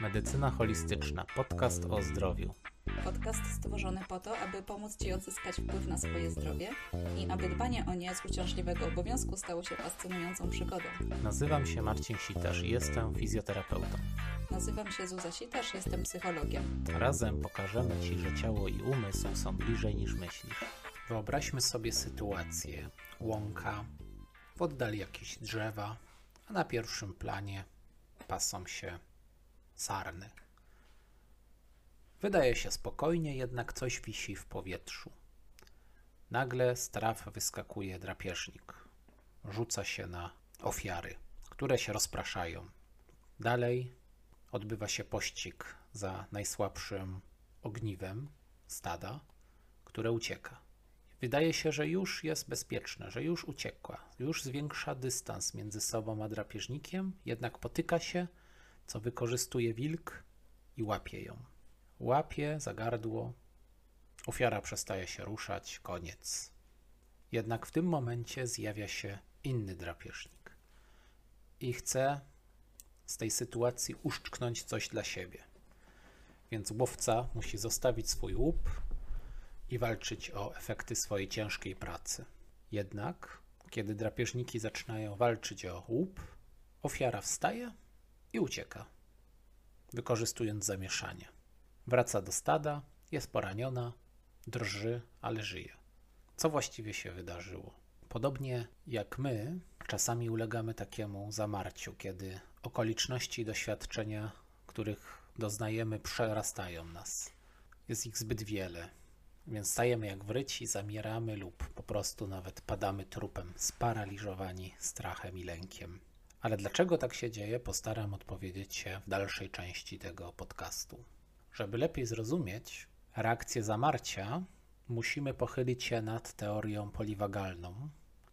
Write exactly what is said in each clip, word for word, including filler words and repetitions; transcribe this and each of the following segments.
Medycyna holistyczna, podcast o zdrowiu. Podcast stworzony po to, aby pomóc Ci odzyskać wpływ na swoje zdrowie i aby dbanie o nie z uciążliwego obowiązku stało się fascynującą przygodą. Nazywam się Marcin Sitarz i jestem fizjoterapeutą. Nazywam się Zuza Sitarz, jestem psychologiem. Razem pokażemy Ci, że ciało i umysł są bliżej niż myślisz. Wyobraźmy sobie sytuację. Łąka, w oddali jakieś drzewa, a na pierwszym planie pasą się sarny. Wydaje się spokojnie, jednak coś wisi w powietrzu. Nagle z traw wyskakuje drapieżnik. Rzuca się na ofiary, które się rozpraszają. Dalej odbywa się pościg za najsłabszym ogniwem stada, które ucieka. Wydaje się, że już jest bezpieczne, że już uciekła, już zwiększa dystans między sobą a drapieżnikiem, jednak potyka się, co wykorzystuje wilk i łapie ją. Łapie za gardło, ofiara przestaje się ruszać, koniec. Jednak w tym momencie zjawia się inny drapieżnik i chce z tej sytuacji uszczknąć coś dla siebie. Więc łowca musi zostawić swój łup i walczyć o efekty swojej ciężkiej pracy. Jednak, kiedy drapieżniki zaczynają walczyć o łup, ofiara wstaje i ucieka, wykorzystując zamieszanie. Wraca do stada, jest poraniona, drży, ale żyje. Co właściwie się wydarzyło? Podobnie jak my, czasami ulegamy takiemu zamarciu, kiedy okoliczności i doświadczenia, których doznajemy, przerastają nas. Jest ich zbyt wiele, więc stajemy jak wryci, zamieramy lub po prostu nawet padamy trupem, sparaliżowani strachem i lękiem. Ale dlaczego tak się dzieje, postaram odpowiedzieć się w dalszej części tego podcastu. Żeby lepiej zrozumieć reakcję zamarcia, musimy pochylić się nad teorią poliwagalną,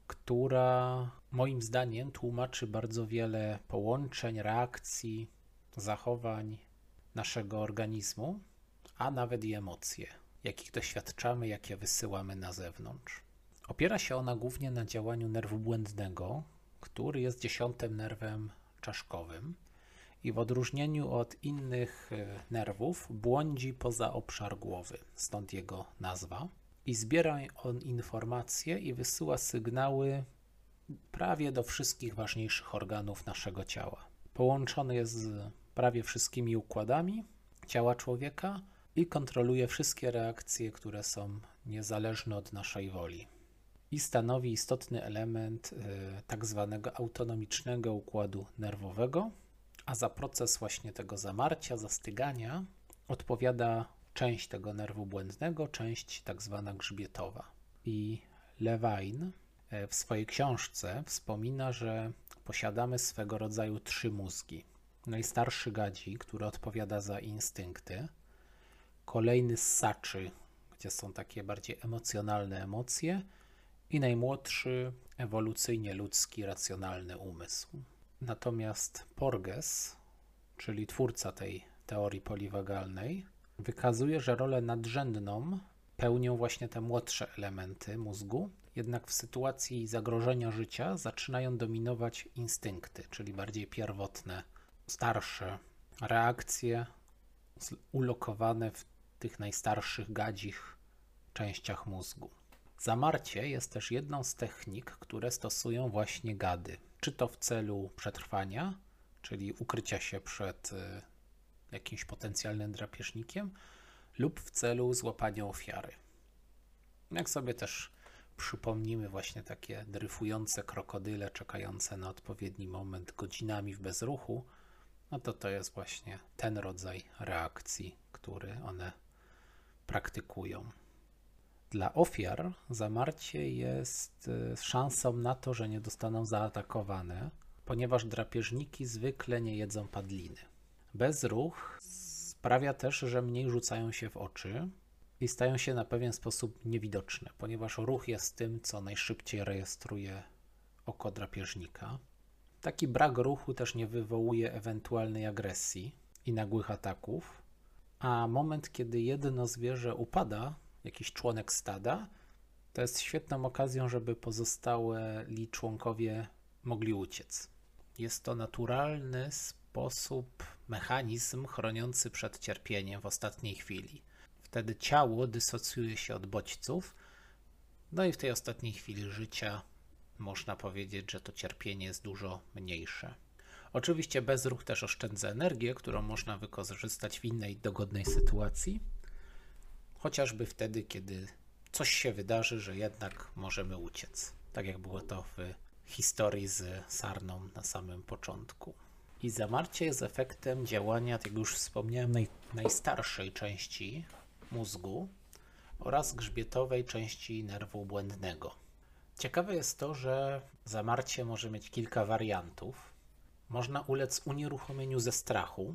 która moim zdaniem tłumaczy bardzo wiele połączeń, reakcji, zachowań naszego organizmu, a nawet i emocje, jakich doświadczamy, jakie wysyłamy na zewnątrz. Opiera się ona głównie na działaniu nerwu błędnego, który jest dziesiątym nerwem czaszkowym i w odróżnieniu od innych nerwów błądzi poza obszar głowy, stąd jego nazwa. I zbiera on informacje i wysyła sygnały prawie do wszystkich ważniejszych organów naszego ciała. Połączony jest z prawie wszystkimi układami ciała człowieka i kontroluje wszystkie reakcje, które są niezależne od naszej woli. I stanowi istotny element y, tak zwanego autonomicznego układu nerwowego, a za proces właśnie tego zamarcia, zastygania odpowiada część tego nerwu błędnego, część tak zwana grzbietowa. I Levine w swojej książce wspomina, że posiadamy swego rodzaju trzy mózgi. Najstarszy gadzi, który odpowiada za instynkty, kolejny ssaczy, gdzie są takie bardziej emocjonalne emocje i najmłodszy ewolucyjnie ludzki, racjonalny umysł. Natomiast Porges, czyli twórca tej teorii poliwagalnej, wykazuje, że rolę nadrzędną pełnią właśnie te młodsze elementy mózgu, jednak w sytuacji zagrożenia życia zaczynają dominować instynkty, czyli bardziej pierwotne, starsze reakcje ulokowane w tych najstarszych gadzich częściach mózgu. Zamarcie jest też jedną z technik, które stosują właśnie gady, czy to w celu przetrwania, czyli ukrycia się przed jakimś potencjalnym drapieżnikiem, lub w celu złapania ofiary. Jak sobie też przypomnimy właśnie takie dryfujące krokodyle czekające na odpowiedni moment godzinami w bezruchu, no to to jest właśnie ten rodzaj reakcji, który one praktykują. Dla ofiar zamarcie jest szansą na to, że nie zostaną zaatakowane, ponieważ drapieżniki zwykle nie jedzą padliny. Bezruch sprawia też, że mniej rzucają się w oczy i stają się na pewien sposób niewidoczne, ponieważ ruch jest tym, co najszybciej rejestruje oko drapieżnika. Taki brak ruchu też nie wywołuje ewentualnej agresji i nagłych ataków, a moment, kiedy jedno zwierzę upada, jakiś członek stada, to jest świetną okazją, żeby pozostałe członkowie mogli uciec. Jest to naturalny sposób sposób mechanizm chroniący przed cierpieniem w ostatniej chwili. Wtedy ciało dysocjuje się od bodźców, no i w tej ostatniej chwili życia można powiedzieć, że to cierpienie jest dużo mniejsze. Oczywiście bezruch też oszczędza energię, którą można wykorzystać w innej dogodnej sytuacji, chociażby wtedy, kiedy coś się wydarzy, że jednak możemy uciec. Tak jak było to w historii z sarną na samym początku. I zamarcie jest efektem działania, jak już wspomniałem, naj, najstarszej części mózgu oraz grzbietowej części nerwu błędnego. Ciekawe jest to, że zamarcie może mieć kilka wariantów. Można ulec unieruchomieniu ze strachu,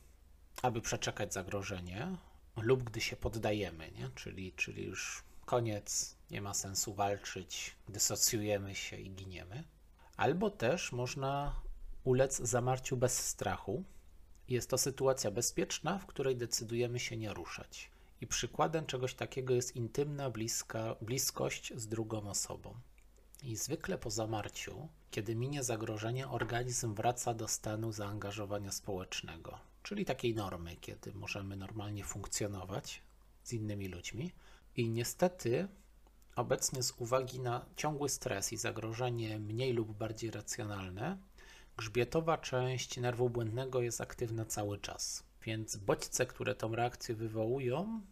aby przeczekać zagrożenie, lub gdy się poddajemy, nie? Czyli, czyli już koniec, nie ma sensu walczyć, dysocjujemy się i giniemy. Albo też można ulec zamarciu bez strachu. Jest to sytuacja bezpieczna, w której decydujemy się nie ruszać. I przykładem czegoś takiego jest intymna bliska, bliskość z drugą osobą. I zwykle po zamarciu, kiedy minie zagrożenie, organizm wraca do stanu zaangażowania społecznego, czyli takiej normy, kiedy możemy normalnie funkcjonować z innymi ludźmi. I niestety obecnie z uwagi na ciągły stres i zagrożenie mniej lub bardziej racjonalne, grzbietowa część nerwu błędnego jest aktywna cały czas. Więc bodźce, które tą reakcję wywołują,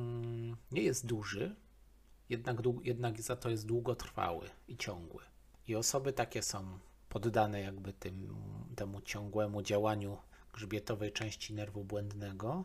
nie jest duży, jednak, jednak za to jest długotrwały i ciągły. I osoby takie są poddane jakby tym, temu ciągłemu działaniu grzbietowej części nerwu błędnego.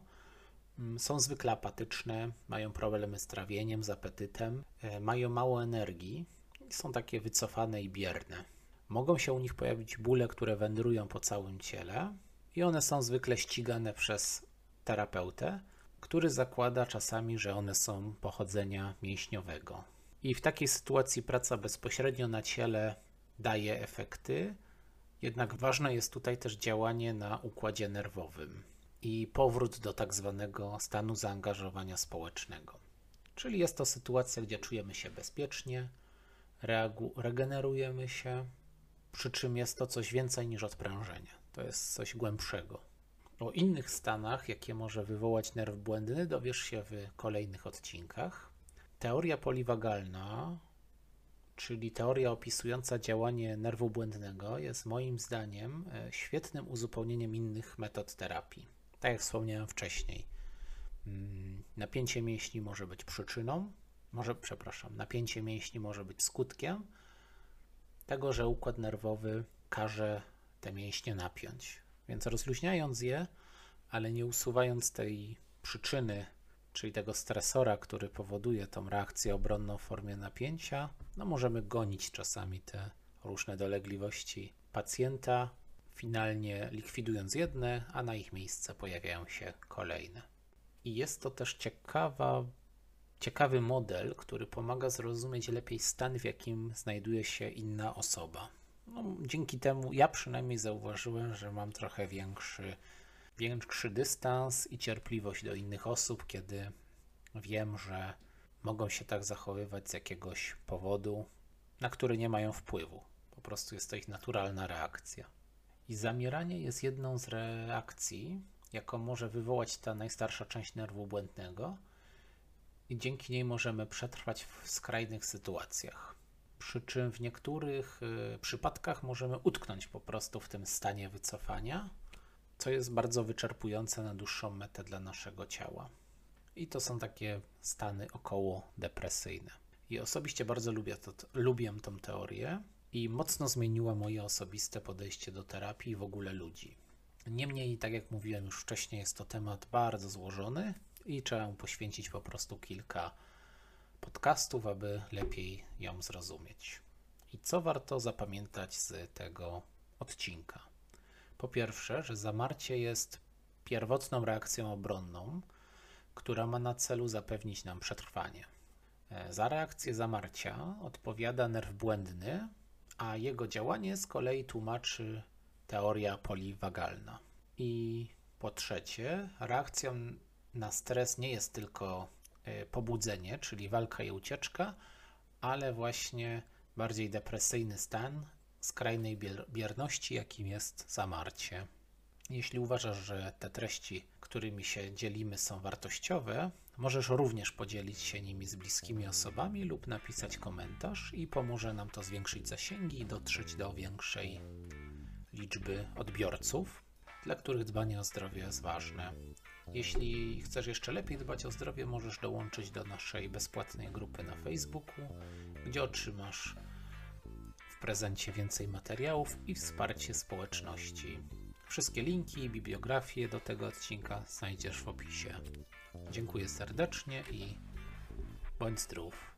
Są zwykle apatyczne, mają problemy z trawieniem, z apetytem, mają mało energii, są takie wycofane i bierne. Mogą się u nich pojawić bóle, które wędrują po całym ciele i one są zwykle ścigane przez terapeutę, który zakłada czasami, że one są pochodzenia mięśniowego. I w takiej sytuacji praca bezpośrednio na ciele daje efekty, jednak ważne jest tutaj też działanie na układzie nerwowym i powrót do tak zwanego stanu zaangażowania społecznego. Czyli jest to sytuacja, gdzie czujemy się bezpiecznie, reagu- regenerujemy się, przy czym jest to coś więcej niż odprężenie. To jest coś głębszego. O innych stanach, jakie może wywołać nerw błędny, dowiesz się w kolejnych odcinkach. Teoria poliwagalna, czyli teoria opisująca działanie nerwu błędnego, jest moim zdaniem świetnym uzupełnieniem innych metod terapii. Tak jak wspomniałem wcześniej, napięcie mięśni może być przyczyną, może, przepraszam, napięcie mięśni może być skutkiem tego, że układ nerwowy każe te mięśnie napiąć. Więc rozluźniając je, ale nie usuwając tej przyczyny, czyli tego stresora, który powoduje tą reakcję obronną w formie napięcia, no możemy gonić czasami te różne dolegliwości pacjenta, finalnie likwidując jedne, a na ich miejsce pojawiają się kolejne. I jest to też ciekawa, ciekawy model, który pomaga zrozumieć lepiej stan, w jakim znajduje się inna osoba. No, dzięki temu ja przynajmniej zauważyłem, że mam trochę większy, większy dystans i cierpliwość do innych osób, kiedy wiem, że mogą się tak zachowywać z jakiegoś powodu, na który nie mają wpływu. Po prostu jest to ich naturalna reakcja. I zamieranie jest jedną z reakcji, jaką może wywołać ta najstarsza część nerwu błędnego i dzięki niej możemy przetrwać w skrajnych sytuacjach. Przy czym w niektórych y, przypadkach możemy utknąć po prostu w tym stanie wycofania, co jest bardzo wyczerpujące na dłuższą metę dla naszego ciała. I to są takie stany około depresyjne. I osobiście bardzo lubię, to, to, lubię tą teorię i mocno zmieniła moje osobiste podejście do terapii i w ogóle ludzi. Niemniej, tak jak mówiłem już wcześniej, jest to temat bardzo złożony i trzeba mu poświęcić po prostu kilka podcastów, aby lepiej ją zrozumieć. I co warto zapamiętać z tego odcinka? Po pierwsze, że zamarcie jest pierwotną reakcją obronną, która ma na celu zapewnić nam przetrwanie. Za reakcję zamarcia odpowiada nerw błędny, a jego działanie z kolei tłumaczy teoria poliwagalna. I po trzecie, reakcją na stres nie jest tylko pobudzenie, czyli walka i ucieczka, ale właśnie bardziej depresyjny stan skrajnej bierności, jakim jest zamarcie. Jeśli uważasz, że te treści, którymi się dzielimy, są wartościowe, możesz również podzielić się nimi z bliskimi osobami lub napisać komentarz i pomoże nam to zwiększyć zasięgi i dotrzeć do większej liczby odbiorców, dla których dbanie o zdrowie jest ważne. Jeśli chcesz jeszcze lepiej dbać o zdrowie, możesz dołączyć do naszej bezpłatnej grupy na Facebooku, gdzie otrzymasz w prezencie więcej materiałów i wsparcie społeczności. Wszystkie linki i bibliografie do tego odcinka znajdziesz w opisie. Dziękuję serdecznie i bądź zdrów.